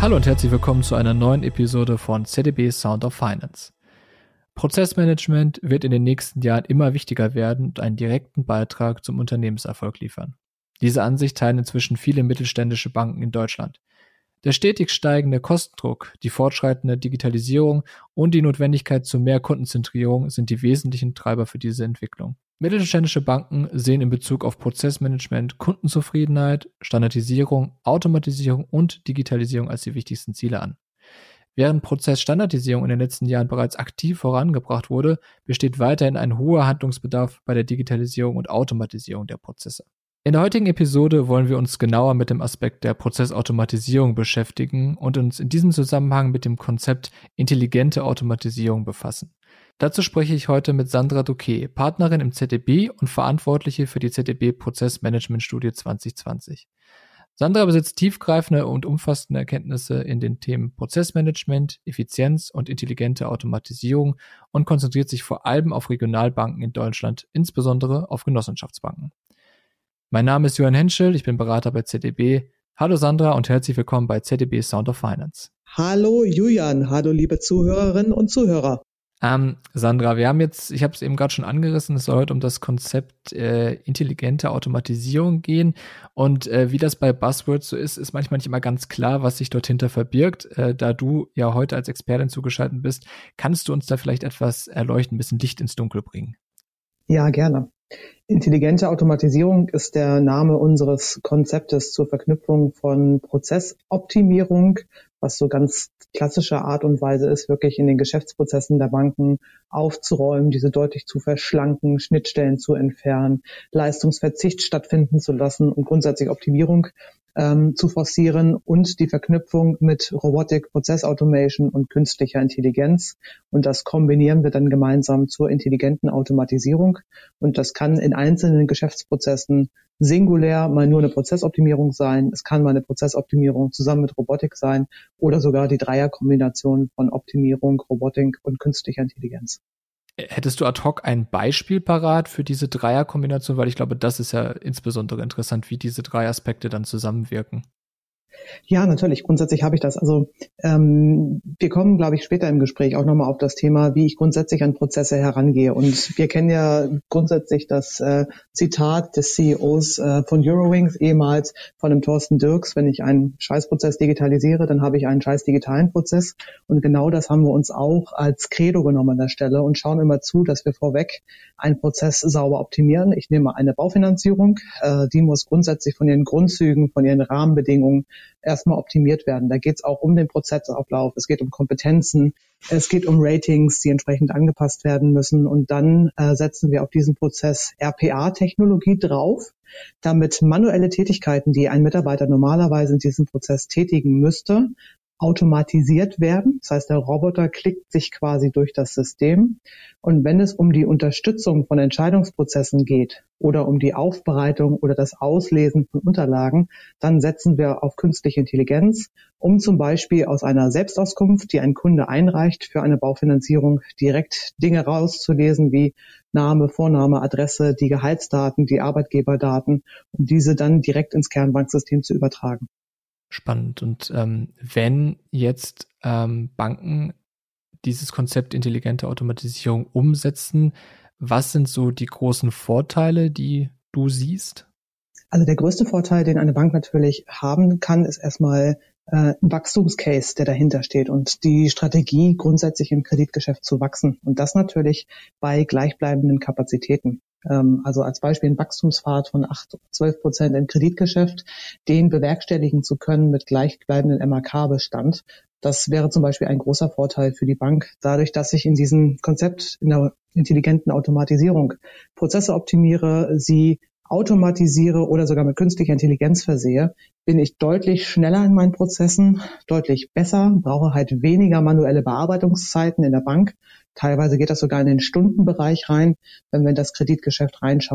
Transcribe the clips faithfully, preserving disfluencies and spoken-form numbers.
Hallo und herzlich willkommen zu einer neuen Episode von Z D B Sound of Finance. Prozessmanagement wird in den nächsten Jahren immer wichtiger werden und einen direkten Beitrag zum Unternehmenserfolg liefern. Diese Ansicht teilen inzwischen viele mittelständische Banken in Deutschland. Der stetig steigende Kostendruck, die fortschreitende Digitalisierung und die Notwendigkeit zu mehr Kundenzentrierung sind die wesentlichen Treiber für diese Entwicklung. Mittelständische Banken sehen in Bezug auf Prozessmanagement Kundenzufriedenheit, Standardisierung, Automatisierung und Digitalisierung als die wichtigsten Ziele an. Während Prozessstandardisierung in den letzten Jahren bereits aktiv vorangebracht wurde, besteht weiterhin ein hoher Handlungsbedarf bei der Digitalisierung und Automatisierung der Prozesse. In der heutigen Episode wollen wir uns genauer mit dem Aspekt der Prozessautomatisierung beschäftigen und uns in diesem Zusammenhang mit dem Konzept intelligente Automatisierung befassen. Dazu spreche ich heute mit Sandra Douquet, Partnerin im Z D B und Verantwortliche für die Z D B Prozessmanagement-Studie zwanzig zwanzig. Sandra besitzt tiefgreifende und umfassende Erkenntnisse in den Themen Prozessmanagement, Effizienz und intelligente Automatisierung und konzentriert sich vor allem auf Regionalbanken in Deutschland, insbesondere auf Genossenschaftsbanken. Mein Name ist Johann Henschel, ich bin Berater bei Z D B. Hallo Sandra und herzlich willkommen bei Z D B Sound of Finance. Hallo Julian, hallo liebe Zuhörerinnen und Zuhörer. Ähm, Sandra, wir haben jetzt, ich habe es eben gerade schon angerissen, es soll heute um das Konzept äh, intelligente Automatisierung gehen und äh, wie das bei Buzzwords so ist, ist manchmal nicht immer ganz klar, was sich dort hinter verbirgt. Äh, da du ja heute als Expertin zugeschaltet bist, kannst du uns da vielleicht etwas erleuchten, ein bisschen Licht ins Dunkel bringen? Ja, gerne. Intelligente Automatisierung ist der Name unseres Konzeptes zur Verknüpfung von Prozessoptimierung, was so ganz klassische Art und Weise ist, wirklich in den Geschäftsprozessen der Banken aufzuräumen, diese deutlich zu verschlanken, Schnittstellen zu entfernen, Leistungsverzicht stattfinden zu lassen und grundsätzlich Optimierung ähm, zu forcieren und die Verknüpfung mit Robotik, Prozessautomation und künstlicher Intelligenz. Und das kombinieren wir dann gemeinsam zur intelligenten Automatisierung. Und das kann in einzelnen Geschäftsprozessen singulär mal nur eine Prozessoptimierung sein. Es kann mal eine Prozessoptimierung zusammen mit Robotik sein oder sogar die Dreierkombination von Optimierung, Robotik und künstlicher Intelligenz. Hättest du ad hoc ein Beispiel parat für diese Dreierkombination? Weil ich glaube, das ist ja insbesondere interessant, wie diese drei Aspekte dann zusammenwirken. Ja, natürlich. Grundsätzlich habe ich das. Also ähm, wir kommen, glaube ich, später im Gespräch auch nochmal auf das Thema, wie ich grundsätzlich an Prozesse herangehe. Und wir kennen ja grundsätzlich das äh, Zitat des C E Os äh, von Eurowings, ehemals von dem Thorsten Dirks: Wenn ich einen Scheißprozess digitalisiere, dann habe ich einen scheiß digitalen Prozess. Und genau das haben wir uns auch als Credo genommen an der Stelle und schauen immer zu, dass wir vorweg einen Prozess sauber optimieren. Ich nehme eine Baufinanzierung, äh, die muss grundsätzlich von ihren Grundzügen, von ihren Rahmenbedingungen erstmal optimiert werden. Da geht es auch um den Prozessauflauf, es geht um Kompetenzen, es geht um Ratings, die entsprechend angepasst werden müssen. Und dann äh, setzen wir auf diesen Prozess R P A-Technologie drauf, damit manuelle Tätigkeiten, die ein Mitarbeiter normalerweise in diesem Prozess tätigen müsste, automatisiert werden. Das heißt, der Roboter klickt sich quasi durch das System. Und wenn es um die Unterstützung von Entscheidungsprozessen geht oder um die Aufbereitung oder das Auslesen von Unterlagen, dann setzen wir auf künstliche Intelligenz, um zum Beispiel aus einer Selbstauskunft, die ein Kunde einreicht für eine Baufinanzierung, direkt Dinge rauszulesen wie Name, Vorname, Adresse, die Gehaltsdaten, die Arbeitgeberdaten, um diese dann direkt ins Kernbanksystem zu übertragen. Spannend. Und ähm, wenn jetzt ähm, Banken dieses Konzept intelligente Automatisierung umsetzen, was sind so die großen Vorteile, die du siehst? Also der größte Vorteil, den eine Bank natürlich haben kann, ist erstmal äh, ein Wachstumscase, der dahinter steht und die Strategie, grundsätzlich im Kreditgeschäft zu wachsen. Und das natürlich bei gleichbleibenden Kapazitäten. Ähm, also als Beispiel ein Wachstumspfad von acht, zwölf Prozent im Kreditgeschäft, den bewerkstelligen zu können mit gleichbleibenden M A K-Bestand. Das wäre zum Beispiel ein großer Vorteil für die Bank, dadurch, dass ich in diesem Konzept in der intelligenten Automatisierung Prozesse optimiere, sie automatisiere oder sogar mit künstlicher Intelligenz versehe, bin ich deutlich schneller in meinen Prozessen, deutlich besser, brauche halt weniger manuelle Bearbeitungszeiten in der Bank. Teilweise geht das sogar in den Stundenbereich rein, wenn wir in das Kreditgeschäft reinschauen.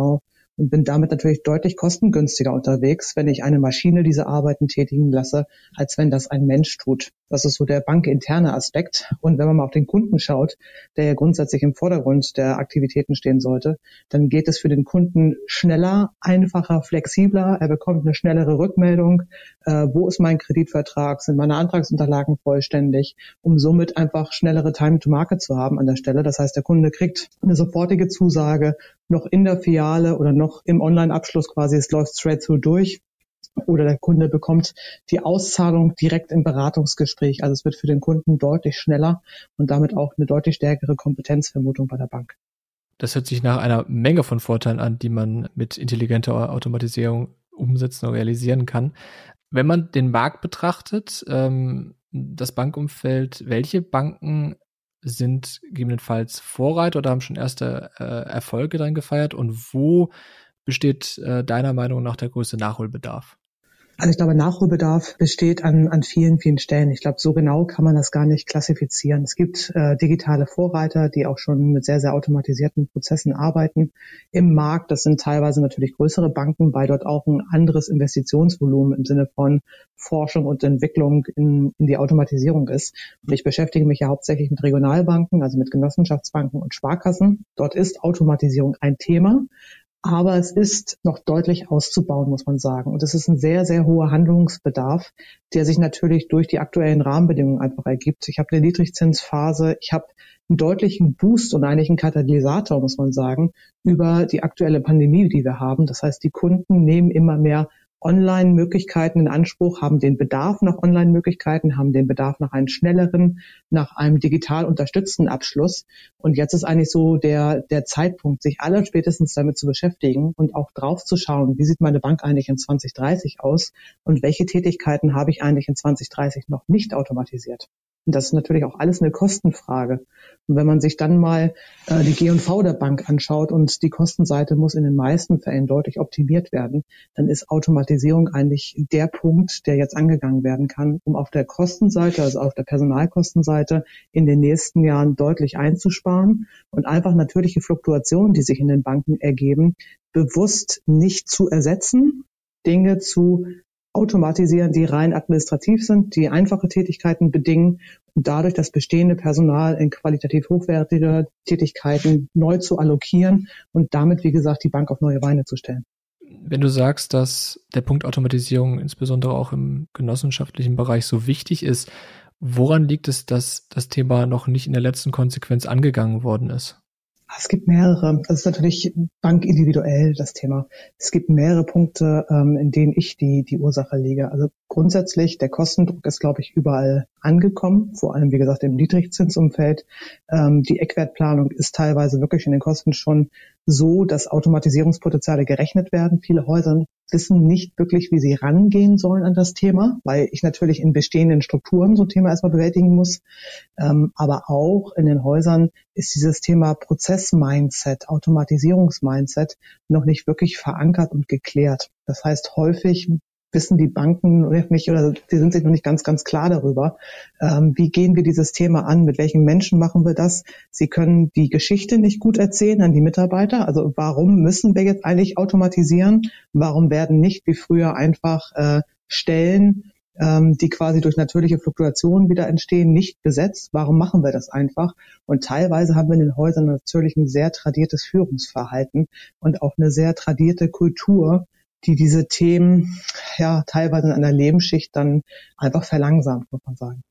und bin damit natürlich deutlich kostengünstiger unterwegs, wenn ich eine Maschine diese Arbeiten tätigen lasse, als wenn das ein Mensch tut. Das ist so der bankinterne Aspekt. Und wenn man mal auf den Kunden schaut, der ja grundsätzlich im Vordergrund der Aktivitäten stehen sollte, dann geht es für den Kunden schneller, einfacher, flexibler. Er bekommt eine schnellere Rückmeldung. Äh, wo ist mein Kreditvertrag? Sind meine Antragsunterlagen vollständig? Um somit einfach schnellere Time to Market zu haben an der Stelle. Das heißt, der Kunde kriegt eine sofortige Zusage noch in der Filiale oder noch im Online-Abschluss quasi. Es läuft straight through durch. Oder der Kunde bekommt die Auszahlung direkt im Beratungsgespräch. Also es wird für den Kunden deutlich schneller und damit auch eine deutlich stärkere Kompetenzvermutung bei der Bank. Das hört sich nach einer Menge von Vorteilen an, die man mit intelligenter Automatisierung umsetzen und realisieren kann. Wenn man den Markt betrachtet, ähm, das Bankumfeld, welche Banken sind gegebenenfalls Vorreiter oder haben schon erste äh, Erfolge dann gefeiert und wo besteht äh, deiner Meinung nach der größte Nachholbedarf? Also ich glaube, Nachholbedarf besteht an, an vielen, vielen Stellen. Ich glaube, so genau kann man das gar nicht klassifizieren. Es gibt äh, digitale Vorreiter, die auch schon mit sehr, sehr automatisierten Prozessen arbeiten im Markt. Das sind teilweise natürlich größere Banken, weil dort auch ein anderes Investitionsvolumen im Sinne von Forschung und Entwicklung in, in die Automatisierung ist. Und ich beschäftige mich ja hauptsächlich mit Regionalbanken, also mit Genossenschaftsbanken und Sparkassen. Dort ist Automatisierung ein Thema. Aber es ist noch deutlich auszubauen, muss man sagen. Und es ist ein sehr, sehr hoher Handlungsbedarf, der sich natürlich durch die aktuellen Rahmenbedingungen einfach ergibt. Ich habe eine Niedrigzinsphase, ich habe einen deutlichen Boost und eigentlich einen Katalysator, muss man sagen, über die aktuelle Pandemie, die wir haben. Das heißt, die Kunden nehmen immer mehr Online-Möglichkeiten in Anspruch, haben den Bedarf nach Online-Möglichkeiten, haben den Bedarf nach einem schnelleren, nach einem digital unterstützten Abschluss. Und jetzt ist eigentlich so der, der Zeitpunkt, sich aller spätestens damit zu beschäftigen und auch drauf zu schauen, wie sieht meine Bank eigentlich in zwanzig dreißig aus und welche Tätigkeiten habe ich eigentlich in zwanzig dreißig noch nicht automatisiert. Und das ist natürlich auch alles eine Kostenfrage. Und wenn man sich dann mal äh, die G und V der Bank anschaut und die Kostenseite muss in den meisten Fällen deutlich optimiert werden, dann ist Automatisierung eigentlich der Punkt, der jetzt angegangen werden kann, um auf der Kostenseite, also auf der Personalkostenseite, in den nächsten Jahren deutlich einzusparen und einfach natürliche Fluktuationen, die sich in den Banken ergeben, bewusst nicht zu ersetzen, Dinge zu automatisieren, die rein administrativ sind, die einfache Tätigkeiten bedingen und dadurch das bestehende Personal in qualitativ hochwertige Tätigkeiten neu zu allokieren und damit, wie gesagt, die Bank auf neue Beine zu stellen. Wenn du sagst, dass der Punkt Automatisierung insbesondere auch im genossenschaftlichen Bereich so wichtig ist, woran liegt es, dass das Thema noch nicht in der letzten Konsequenz angegangen worden ist? Es gibt mehrere, das ist natürlich bankindividuell das Thema. Es gibt mehrere Punkte, ähm, in denen ich die die Ursache lege. Also grundsätzlich, der Kostendruck ist, glaube ich, überall angekommen, vor allem, wie gesagt, im Niedrigzinsumfeld. Ähm, die Eckwertplanung ist teilweise wirklich in den Kosten schon so, dass Automatisierungspotenziale gerechnet werden. Viele Häuser wissen nicht wirklich, wie sie rangehen sollen an das Thema, weil ich natürlich in bestehenden Strukturen so ein Thema erstmal bewältigen muss. Ähm, aber auch in den Häusern ist dieses Thema Prozess-Mindset, Automatisierungs-Mindset noch nicht wirklich verankert und geklärt. Das heißt, häufig wissen die Banken nicht oder die sind sich noch nicht ganz, ganz klar darüber, ähm, wie gehen wir dieses Thema an, mit welchen Menschen machen wir das. Sie können die Geschichte nicht gut erzählen an die Mitarbeiter. Also warum müssen wir jetzt eigentlich automatisieren? Warum werden nicht wie früher einfach äh, Stellen, ähm, die quasi durch natürliche Fluktuationen wieder entstehen, nicht besetzt? Warum machen wir das einfach? Und teilweise haben wir in den Häusern natürlich ein sehr tradiertes Führungsverhalten und auch eine sehr tradierte Kultur, die diese Themen ja teilweise in einer Lebensschicht dann einfach verlangsamt, muss man sagen.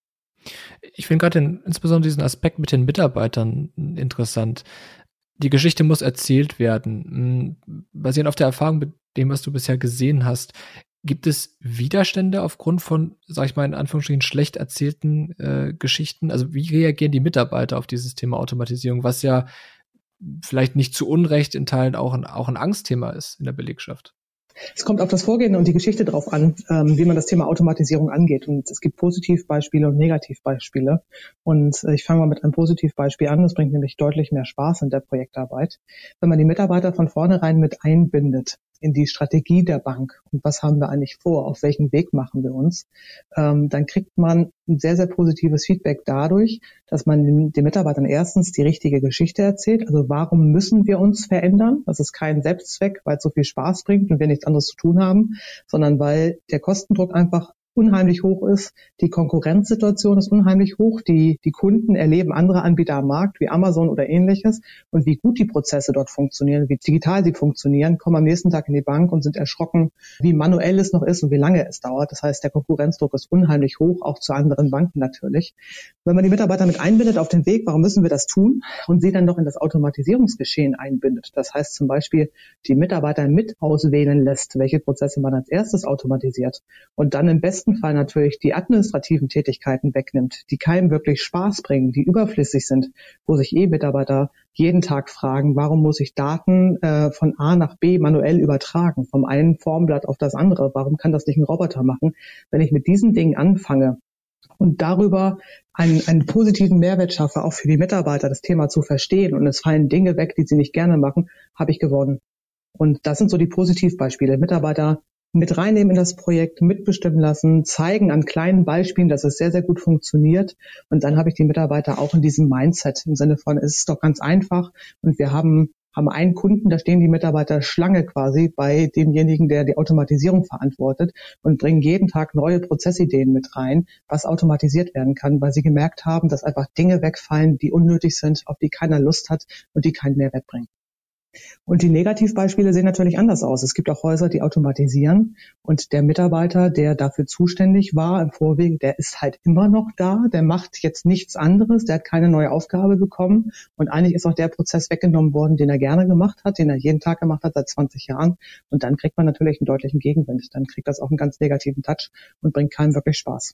Ich finde gerade den, insbesondere diesen Aspekt mit den Mitarbeitern interessant. Die Geschichte muss erzählt werden. Basierend auf der Erfahrung mit dem, was du bisher gesehen hast, gibt es Widerstände aufgrund von, sag ich mal in Anführungsstrichen, schlecht erzählten äh, Geschichten? Also wie reagieren die Mitarbeiter auf dieses Thema Automatisierung, was ja vielleicht nicht zu Unrecht in Teilen auch ein, auch ein Angstthema ist in der Belegschaft? Es kommt auf das Vorgehen und die Geschichte drauf an, ähm, wie man das Thema Automatisierung angeht. Und es gibt Positivbeispiele und Negativbeispiele. Und äh, ich fange mal mit einem Positivbeispiel an. Das bringt nämlich deutlich mehr Spaß in der Projektarbeit. Wenn man die Mitarbeiter von vornherein mit einbindet in die Strategie der Bank und was haben wir eigentlich vor, auf welchen Weg machen wir uns, ähm, dann kriegt man ein sehr, sehr positives Feedback dadurch, dass man den, den Mitarbeitern erstens die richtige Geschichte erzählt. Also warum müssen wir uns verändern? Das ist kein Selbstzweck, weil es so viel Spaß bringt und wir nichts anderes zu tun haben, sondern weil der Kostendruck einfach unheimlich hoch ist. Die Konkurrenzsituation ist unheimlich hoch. Die, die Kunden erleben andere Anbieter am Markt wie Amazon oder ähnliches. Und wie gut die Prozesse dort funktionieren, wie digital sie funktionieren, kommen am nächsten Tag in die Bank und sind erschrocken, wie manuell es noch ist und wie lange es dauert. Das heißt, der Konkurrenzdruck ist unheimlich hoch, auch zu anderen Banken natürlich. Wenn man die Mitarbeiter mit einbindet auf den Weg, warum müssen wir das tun? Und sie dann noch in das Automatisierungsgeschehen einbindet. Das heißt zum Beispiel, die Mitarbeiter mit auswählen lässt, welche Prozesse man als erstes automatisiert. Und dann im besten besten Fall natürlich die administrativen Tätigkeiten wegnimmt, die keinem wirklich Spaß bringen, die überflüssig sind, wo sich eh Mitarbeiter jeden Tag fragen, warum muss ich Daten äh, von A nach B manuell übertragen, vom einen Formblatt auf das andere, warum kann das nicht ein Roboter machen? Wenn ich mit diesen Dingen anfange und darüber einen, einen positiven Mehrwert schaffe, auch für die Mitarbeiter das Thema zu verstehen und es fallen Dinge weg, die sie nicht gerne machen, habe ich gewonnen. Und das sind so die Positivbeispiele. Mitarbeiter mit reinnehmen in das Projekt, mitbestimmen lassen, zeigen an kleinen Beispielen, dass es sehr, sehr gut funktioniert. Und dann habe ich die Mitarbeiter auch in diesem Mindset im Sinne von, es ist doch ganz einfach. Und wir haben, haben einen Kunden, da stehen die Mitarbeiter Schlange quasi bei demjenigen, der die Automatisierung verantwortet und bringen jeden Tag neue Prozessideen mit rein, was automatisiert werden kann, weil sie gemerkt haben, dass einfach Dinge wegfallen, die unnötig sind, auf die keiner Lust hat und die keinen Mehrwert bringen. Und die Negativbeispiele sehen natürlich anders aus. Es gibt auch Häuser, die automatisieren und der Mitarbeiter, der dafür zuständig war im Vorweg, der ist halt immer noch da, der macht jetzt nichts anderes, der hat keine neue Aufgabe bekommen und eigentlich ist auch der Prozess weggenommen worden, den er gerne gemacht hat, den er jeden Tag gemacht hat seit zwanzig Jahren und dann kriegt man natürlich einen deutlichen Gegenwind. Dann kriegt das auch einen ganz negativen Touch und bringt keinem wirklich Spaß.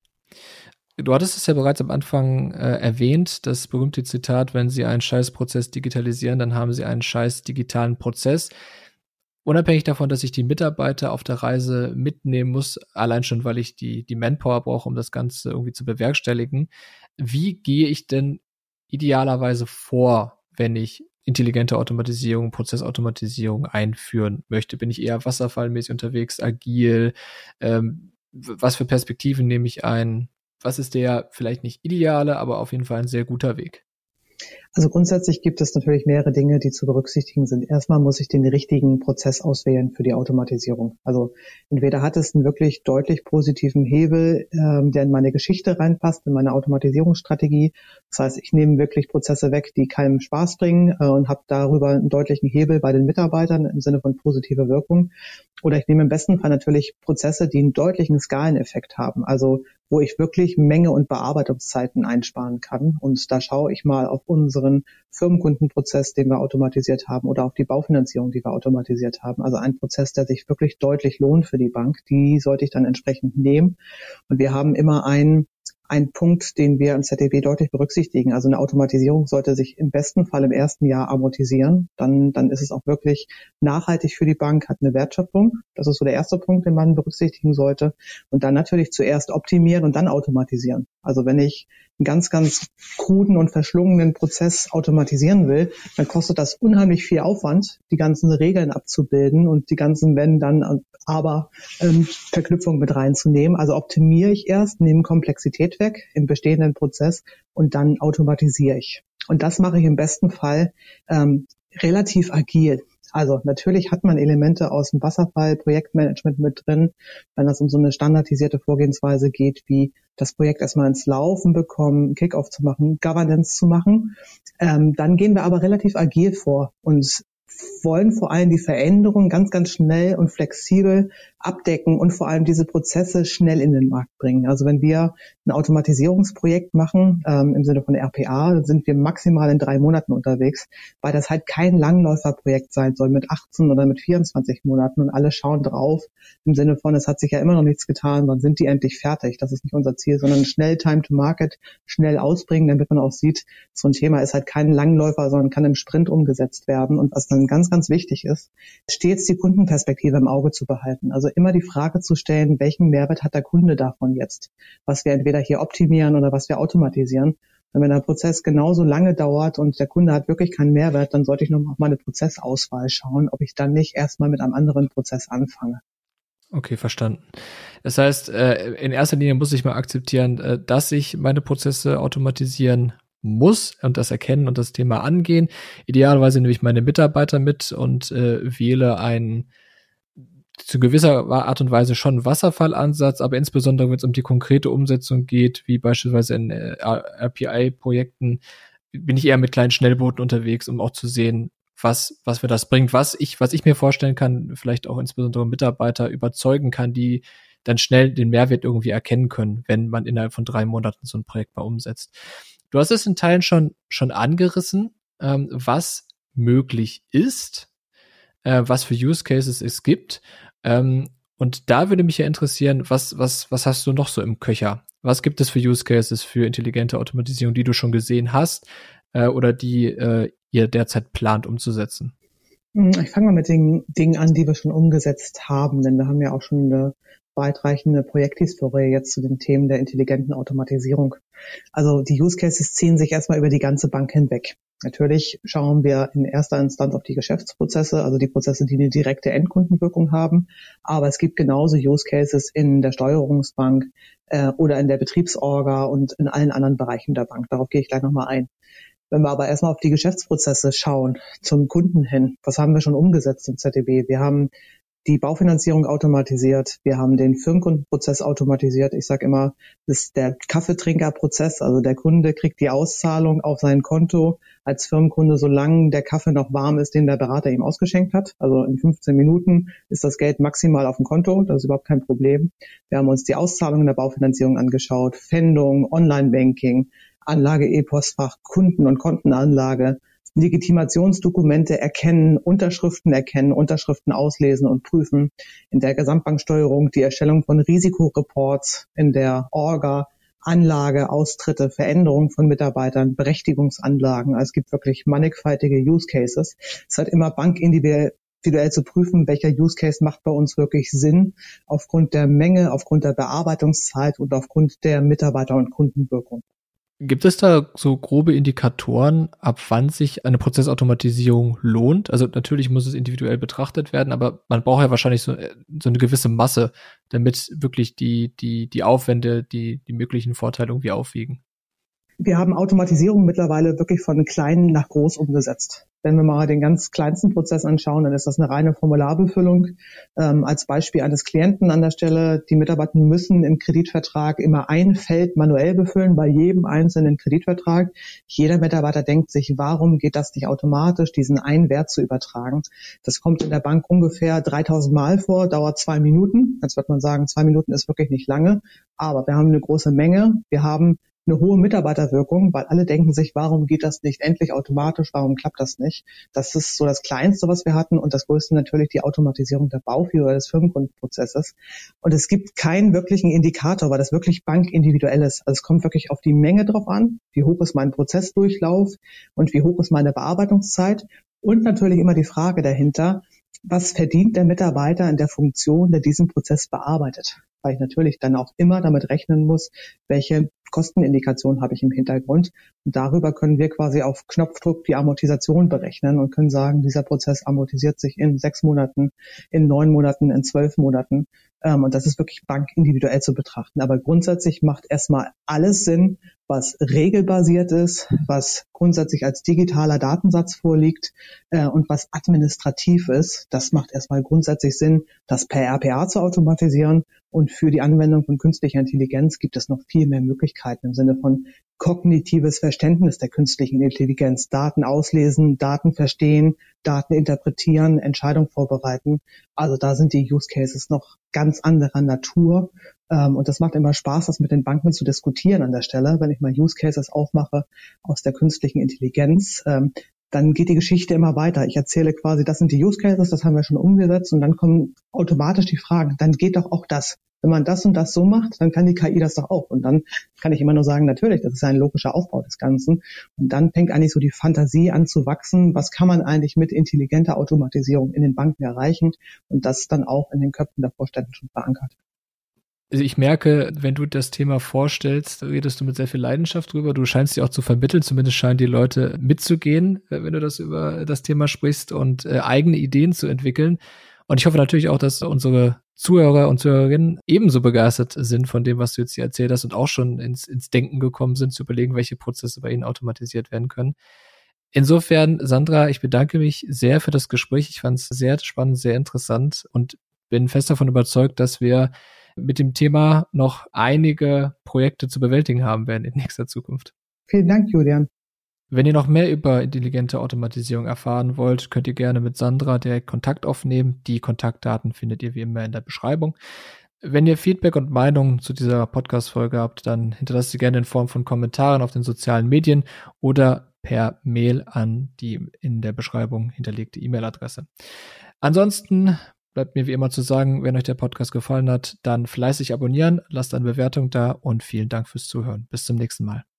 Du hattest es ja bereits am Anfang äh, erwähnt, das berühmte Zitat, wenn Sie einen Scheißprozess digitalisieren, dann haben Sie einen scheiß digitalen Prozess. Unabhängig davon, dass ich die Mitarbeiter auf der Reise mitnehmen muss, allein schon, weil ich die, die Manpower brauche, um das Ganze irgendwie zu bewerkstelligen. Wie gehe ich denn idealerweise vor, wenn ich intelligente Automatisierung, Prozessautomatisierung einführen möchte? Bin ich eher wasserfallmäßig unterwegs, agil? Ähm, was für Perspektiven nehme ich ein? Was ist der vielleicht nicht ideale, aber auf jeden Fall ein sehr guter Weg? Also grundsätzlich gibt es natürlich mehrere Dinge, die zu berücksichtigen sind. Erstmal muss ich den richtigen Prozess auswählen für die Automatisierung. Also entweder hat es einen wirklich deutlich positiven Hebel, ähm, der in meine Geschichte reinpasst, in meine Automatisierungsstrategie. Das heißt, ich nehme wirklich Prozesse weg, die keinem Spaß bringen äh, und habe darüber einen deutlichen Hebel bei den Mitarbeitern im Sinne von positiver Wirkung. Oder ich nehme im besten Fall natürlich Prozesse, die einen deutlichen Skaleneffekt haben. Also wo ich wirklich Menge und Bearbeitungszeiten einsparen kann. Und da schaue ich mal auf unseren Firmenkundenprozess, den wir automatisiert haben, oder auf die Baufinanzierung, die wir automatisiert haben. Also ein Prozess, der sich wirklich deutlich lohnt für die Bank. Die sollte ich dann entsprechend nehmen. Und wir haben immer einen Ein Punkt, den wir im Z D B deutlich berücksichtigen. Also eine Automatisierung sollte sich im besten Fall im ersten Jahr amortisieren. Dann, dann ist es auch wirklich nachhaltig für die Bank, hat eine Wertschöpfung. Das ist so der erste Punkt, den man berücksichtigen sollte. Und dann natürlich zuerst optimieren und dann automatisieren. Also wenn ich einen ganz, ganz kruden und verschlungenen Prozess automatisieren will, dann kostet das unheimlich viel Aufwand, die ganzen Regeln abzubilden und die ganzen Wenn, dann, aber ähm, Verknüpfungen mit reinzunehmen. Also optimiere ich erst, nehme Komplexität weg im bestehenden Prozess und dann automatisiere ich. Und das mache ich im besten Fall ähm, relativ agil. Also natürlich hat man Elemente aus dem Wasserfall, Projektmanagement mit drin, wenn es um so eine standardisierte Vorgehensweise geht, wie das Projekt erstmal ins Laufen bekommen, Kickoff zu machen, Governance zu machen. Ähm, dann gehen wir aber relativ agil vor und wollen vor allem die Veränderungen ganz, ganz schnell und flexibel abdecken und vor allem diese Prozesse schnell in den Markt bringen. Also wenn wir ein Automatisierungsprojekt machen, ähm, im Sinne von R P A, sind wir maximal in drei Monaten unterwegs, weil das halt kein Langläuferprojekt sein soll mit achtzehn oder mit vierundzwanzig Monaten und alle schauen drauf im Sinne von, es hat sich ja immer noch nichts getan, wann sind die endlich fertig? Das ist nicht unser Ziel, sondern schnell Time to Market, schnell ausbringen, damit man auch sieht, so ein Thema ist halt kein Langläufer, sondern kann im Sprint umgesetzt werden. Und was dann ganz, ganz wichtig ist, stets die Kundenperspektive im Auge zu behalten. Also immer die Frage zu stellen, welchen Mehrwert hat der Kunde davon jetzt? Was wir entweder hier optimieren oder was wir automatisieren. Und wenn der Prozess genauso lange dauert und der Kunde hat wirklich keinen Mehrwert, dann sollte ich nochmal auf meine Prozessauswahl schauen, ob ich dann nicht erstmal mit einem anderen Prozess anfange. Okay, verstanden. Das heißt, in erster Linie muss ich mal akzeptieren, dass ich meine Prozesse automatisieren muss und das erkennen und das Thema angehen. Idealerweise nehme ich meine Mitarbeiter mit und wähle einen zu gewisser Art und Weise schon Wasserfallansatz, aber insbesondere, wenn es um die konkrete Umsetzung geht, wie beispielsweise in R P I-Projekten, bin ich eher mit kleinen Schnellbooten unterwegs, um auch zu sehen, was was mir das bringt, was ich was ich mir vorstellen kann, vielleicht auch insbesondere Mitarbeiter überzeugen kann, die dann schnell den Mehrwert irgendwie erkennen können, wenn man innerhalb von drei Monaten so ein Projekt mal umsetzt. Du hast es in Teilen schon schon angerissen, ähm, was möglich ist, äh, was für Use Cases es gibt. Ähm, und da würde mich ja interessieren, was was was hast du noch so im Köcher? Was gibt es für Use Cases für intelligente Automatisierung, die du schon gesehen hast äh, oder die äh, ihr derzeit plant umzusetzen? Ich fange mal mit den Dingen an, die wir schon umgesetzt haben, denn wir haben ja auch schon eine weitreichende Projekthistorie jetzt zu den Themen der intelligenten Automatisierung. Also die Use Cases ziehen sich erstmal über die ganze Bank hinweg. Natürlich schauen wir in erster Instanz auf die Geschäftsprozesse, also die Prozesse, die eine direkte Endkundenwirkung haben. Aber es gibt genauso Use Cases in der Steuerungsbank äh, oder in der Betriebsorga und in allen anderen Bereichen der Bank. Darauf gehe ich gleich nochmal ein. Wenn wir aber erstmal auf die Geschäftsprozesse schauen, zum Kunden hin, was haben wir schon umgesetzt im Z D B? Wir haben die Baufinanzierung automatisiert, wir haben den Firmenkundenprozess automatisiert. Ich sage immer, das ist der Kaffeetrinkerprozess, also der Kunde kriegt die Auszahlung auf sein Konto als Firmenkunde, solange der Kaffee noch warm ist, den der Berater ihm ausgeschenkt hat. Also in fünfzehn Minuten ist das Geld maximal auf dem Konto, das ist überhaupt kein Problem. Wir haben uns die Auszahlung in der Baufinanzierung angeschaut, Pfändung, Online-Banking, Anlage E-Postfach, Kunden- und Kontenanlage, Legitimationsdokumente erkennen, Unterschriften erkennen, Unterschriften auslesen und prüfen, in der Gesamtbanksteuerung die Erstellung von Risikoreports, in der Orga, Anlage, Austritte, Veränderung von Mitarbeitern, Berechtigungsanlagen. Also es gibt wirklich mannigfaltige Use Cases. Es hat immer bankindividuell individuell zu prüfen, welcher Use Case macht bei uns wirklich Sinn, aufgrund der Menge, aufgrund der Bearbeitungszeit und aufgrund der Mitarbeiter- und Kundenwirkung. Gibt es da so grobe Indikatoren, ab wann sich eine Prozessautomatisierung lohnt? Also natürlich muss es individuell betrachtet werden, aber man braucht ja wahrscheinlich so, so eine gewisse Masse, damit wirklich die, die, die Aufwände, die, die möglichen Vorteile irgendwie aufwiegen. Wir haben Automatisierung mittlerweile wirklich von klein nach groß umgesetzt. Wenn wir mal den ganz kleinsten Prozess anschauen, dann ist das eine reine Formularbefüllung. Ähm, als Beispiel eines Klienten an der Stelle, die Mitarbeiter müssen im Kreditvertrag immer ein Feld manuell befüllen, bei jedem einzelnen Kreditvertrag. Jeder Mitarbeiter denkt sich, warum geht das nicht automatisch, diesen einen Wert zu übertragen? Das kommt in der Bank ungefähr dreitausend Mal vor, dauert zwei Minuten. Jetzt wird man sagen, zwei Minuten ist wirklich nicht lange, aber wir haben eine große Menge. Wir haben eine hohe Mitarbeiterwirkung, weil alle denken sich, warum geht das nicht endlich automatisch, warum klappt das nicht? Das ist so das Kleinste, was wir hatten, und das Größte natürlich die Automatisierung der Bauführer oder des Firmenkundenprozesses. Und es gibt keinen wirklichen Indikator, weil das wirklich bankindividuell ist. Also es kommt wirklich auf die Menge drauf an, wie hoch ist mein Prozessdurchlauf und wie hoch ist meine Bearbeitungszeit, und natürlich immer die Frage dahinter, was verdient der Mitarbeiter in der Funktion, der diesen Prozess bearbeitet? Weil ich natürlich dann auch immer damit rechnen muss, welche Kostenindikation habe ich im Hintergrund. Und darüber können wir quasi auf Knopfdruck die Amortisation berechnen und können sagen, dieser Prozess amortisiert sich in sechs Monaten, in neun Monaten, in zwölf Monaten. Und das ist wirklich bankindividuell zu betrachten. Aber grundsätzlich macht erstmal alles Sinn, was regelbasiert ist, was grundsätzlich als digitaler Datensatz vorliegt äh, und was administrativ ist. Das macht erstmal grundsätzlich Sinn, das per R P A zu automatisieren. Und für die Anwendung von künstlicher Intelligenz gibt es noch viel mehr Möglichkeiten im Sinne von kognitives Verständnis der künstlichen Intelligenz. Daten auslesen, Daten verstehen, Daten interpretieren, Entscheidungen vorbereiten. Also da sind die Use Cases noch ganz anderer Natur. Und das macht immer Spaß, das mit den Banken zu diskutieren an der Stelle. Wenn ich mal Use Cases aufmache aus der künstlichen Intelligenz, dann geht die Geschichte immer weiter. Ich erzähle quasi, das sind die Use Cases, das haben wir schon umgesetzt, und dann kommen automatisch die Fragen, dann geht doch auch das. Wenn man das und das so macht, dann kann die K I das doch auch. Und dann kann ich immer nur sagen, natürlich, das ist ein logischer Aufbau des Ganzen. Und dann fängt eigentlich so die Fantasie an zu wachsen. Was kann man eigentlich mit intelligenter Automatisierung in den Banken erreichen? Und das ist dann auch in den Köpfen der Vorstände schon verankert. Also ich merke, wenn du das Thema vorstellst, redest du mit sehr viel Leidenschaft drüber. Du scheinst sie auch zu vermitteln, zumindest scheinen die Leute mitzugehen, wenn du das über das Thema sprichst und äh, eigene Ideen zu entwickeln. Und ich hoffe natürlich auch, dass unsere Zuhörer und Zuhörerinnen ebenso begeistert sind von dem, was du jetzt hier erzählt hast und auch schon ins, ins Denken gekommen sind, zu überlegen, welche Prozesse bei ihnen automatisiert werden können. Insofern, Sandra, ich bedanke mich sehr für das Gespräch. Ich fand es sehr spannend, sehr interessant und bin fest davon überzeugt, dass wir mit dem Thema noch einige Projekte zu bewältigen haben werden in nächster Zukunft. Vielen Dank, Julian. Wenn ihr noch mehr über intelligente Automatisierung erfahren wollt, könnt ihr gerne mit Sandra direkt Kontakt aufnehmen. Die Kontaktdaten findet ihr wie immer in der Beschreibung. Wenn ihr Feedback und Meinungen zu dieser Podcast-Folge habt, dann hinterlasst sie gerne in Form von Kommentaren auf den sozialen Medien oder per Mail an die in der Beschreibung hinterlegte E-Mail-Adresse. Ansonsten bleibt mir wie immer zu sagen, wenn euch der Podcast gefallen hat, dann fleißig abonnieren, lasst eine Bewertung da und vielen Dank fürs Zuhören. Bis zum nächsten Mal.